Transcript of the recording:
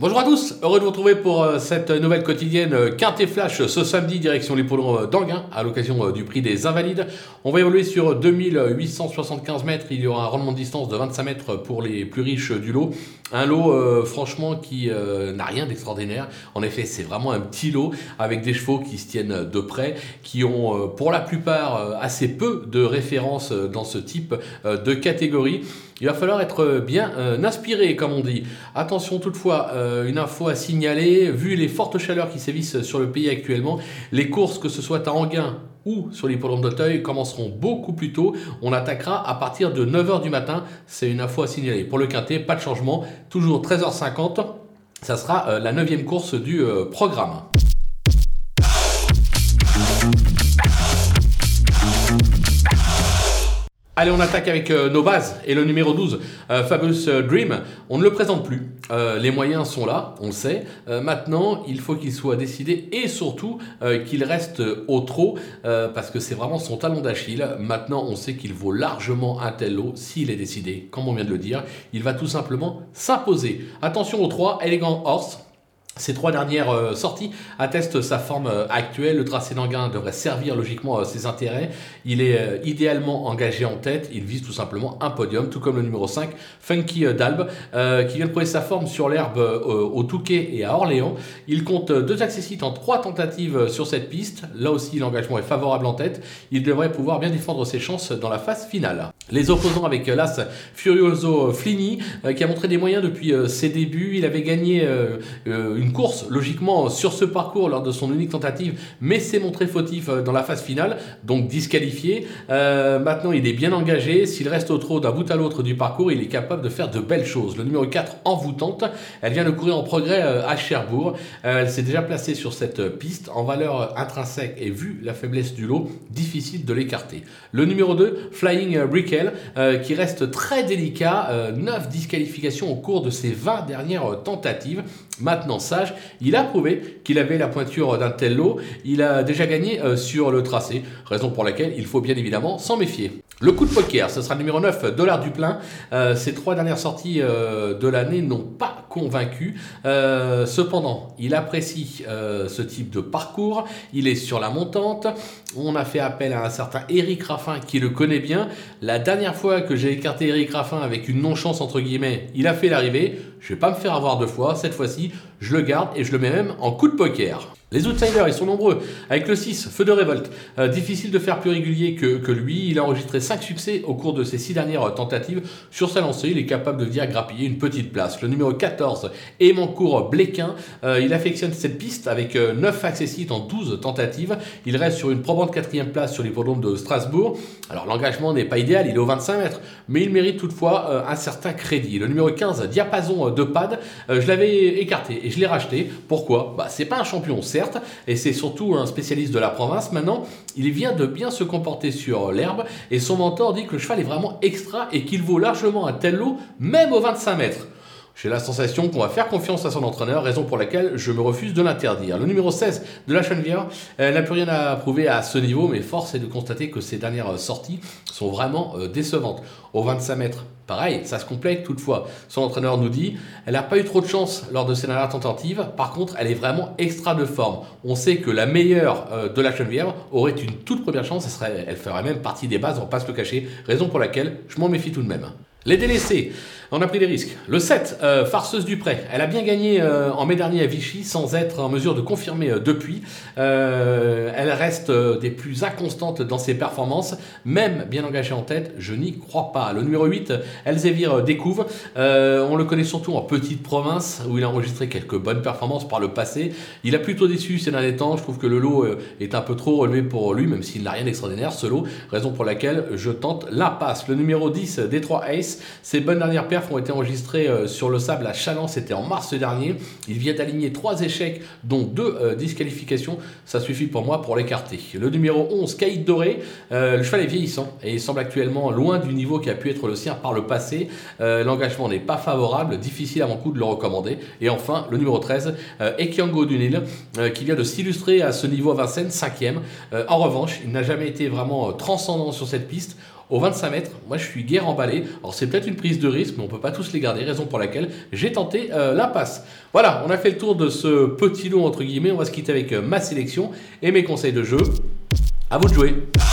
Bonjour à tous, heureux de vous retrouver pour cette nouvelle quotidienne Quintet Flash ce samedi, direction l'hippodrome d'Anguin, à l'occasion du prix des Invalides. On va évoluer sur 2875 mètres, il y aura un rendement de distance de 25 mètres pour les plus riches du lot. Un lot franchement qui n'a rien d'extraordinaire. En effet, c'est vraiment un petit lot avec des chevaux qui se tiennent de près, qui ont pour la plupart assez peu de références dans ce type de catégorie. Il va falloir être bien inspiré, comme on dit. Attention toutefois, une info à signaler, vu les fortes chaleurs qui sévissent sur le pays actuellement, les courses, que ce soit à Anguin ou sur l'hippodrome d'Auteuil, commenceront beaucoup plus tôt. On attaquera à partir de 9h du matin, c'est une info à signaler. Pour le quintet, pas de changement, toujours 13h50, ça sera la 9e course du programme. Allez, on attaque avec nos bases et le numéro 12, Fabulous Dream. On ne le présente plus. Les moyens sont là, on le sait. Maintenant, il faut qu'il soit décidé et surtout qu'il reste au trot parce que c'est vraiment son talon d'Achille. Maintenant, on sait qu'il vaut largement un tel lot s'il est décidé. Comme on vient de le dire, il va tout simplement s'imposer. Attention aux 3, Elegant Horse. Ces 3 dernières sorties attestent sa forme actuelle. Le tracé d'Anguin devrait servir logiquement ses intérêts. Il est idéalement engagé en tête. Il vise tout simplement un podium, tout comme le numéro 5, Funky d'Albe, qui vient de prouver sa forme sur l'herbe au Touquet et à Orléans. Il compte 2 accessites en 3 tentatives sur cette piste. Là aussi, l'engagement est favorable en tête. Il devrait pouvoir bien défendre ses chances dans la phase finale. Les opposants avec l'As Furioso Flini, qui a montré des moyens depuis ses débuts. Il avait gagné une course logiquement sur ce parcours lors de son unique tentative, mais s'est montré fautif dans la phase finale, donc disqualifié. Maintenant il est bien engagé, s'il reste au trot d'un bout à l'autre du parcours, il est capable de faire de belles choses. Le numéro 4, Envoûtante, elle vient de courir en progrès à Cherbourg, elle s'est déjà placée sur cette piste, en valeur intrinsèque et vu la faiblesse du lot, difficile de l'écarter. Le numéro 2, Flying Brickell, qui reste très délicat, 9 disqualifications au cours de ses 20 dernières tentatives. Maintenant sage, il a prouvé qu'il avait la pointure d'un tel lot, il a déjà gagné sur le tracé, raison pour laquelle il faut bien évidemment s'en méfier. Le coup de poker, ce sera le numéro 9, Dollar du Plein. Ces 3 dernières sorties de l'année n'ont pas convaincu. Cependant, il apprécie ce type de parcours. Il est sur la montante. On a fait appel à un certain Éric Raffin qui le connaît bien. La dernière fois que j'ai écarté Éric Raffin avec une non-chance entre guillemets, il a fait l'arrivée. Je ne vais pas me faire avoir 2 fois. Cette fois-ci, je le garde et je le mets même en coup de poker. Les outsiders, ils sont nombreux. Avec le 6, Feu de Révolte, difficile de faire plus régulier que lui. Il a enregistré 5 succès au cours de ses 6 dernières tentatives. Sur sa lancée, il est capable de venir grappiller une petite place. Le numéro 14, Émancourt Bléquin, il affectionne cette piste avec 9 accessites en 12 tentatives. Il reste sur une probante 4e place sur l'hippodrome de Strasbourg. Alors l'engagement n'est pas idéal, il est aux 25 mètres, mais il mérite toutefois un certain crédit. Le numéro 15, Diapason de Pad, je l'avais écarté et je l'ai racheté. Pourquoi ? C'est pas un champion, certes, et c'est surtout un spécialiste de la province. Maintenant, il vient de bien se comporter sur l'herbe et son mentor dit que le cheval est vraiment extra et qu'il vaut largement un tel lot, même aux 25 mètres. J'ai la sensation qu'on va faire confiance à son entraîneur, raison pour laquelle je me refuse de l'interdire. Le numéro 16 de la Chenevière n'a plus rien à prouver à ce niveau, mais force est de constater que ses dernières sorties sont vraiment décevantes. Aux 25 mètres, pareil, ça se complète toutefois. Son entraîneur nous dit elle n'a pas eu trop de chance lors de ses dernières tentatives. Par contre, elle est vraiment extra de forme. On sait que la meilleure de la Chenevière aurait une toute première chance, elle ferait même partie des bases, on va pas se le cacher, raison pour laquelle je m'en méfie tout de même. Les délaissés, on a pris des risques. Le 7, Farceuse du Pré, elle a bien gagné en mai dernier à Vichy sans être en mesure de confirmer depuis. Elle reste des plus inconstantes dans ses performances, même bien engagée en tête, je n'y crois pas. Le numéro 8, Elzevir Découvre, on le connaît surtout en petite province où il a enregistré quelques bonnes performances par le passé. Il a plutôt déçu ces derniers temps, je trouve que le lot est un peu trop relevé pour lui, même s'il n'a rien d'extraordinaire ce lot, raison pour laquelle je tente l'impasse. Le numéro 10, Détroit Ace, ses bonnes dernières perfs ont été enregistrées sur le sable à Châlons, c'était en mars dernier. Il vient d'aligner 3 échecs, dont 2 disqualifications. Ça suffit pour moi pour l'écarter. Le numéro 11, Caïd Doré, le cheval est vieillissant et il semble actuellement loin du niveau qui a pu être le sien par le passé. L'engagement n'est pas favorable, difficile à mon coup de le recommander. Et enfin, le numéro 13, Ekiango Dunil, qui vient de s'illustrer à ce niveau à Vincennes, 5e. En revanche, il n'a jamais été vraiment transcendant sur cette piste. Au 25 mètres, moi je suis guère emballé. Alors c'est peut-être une prise de risque, mais on peut pas tous les garder, raison pour laquelle j'ai tenté la passe. Voilà, on a fait le tour de ce petit lot entre guillemets. On va se quitter avec ma sélection et mes conseils de jeu. À vous de jouer.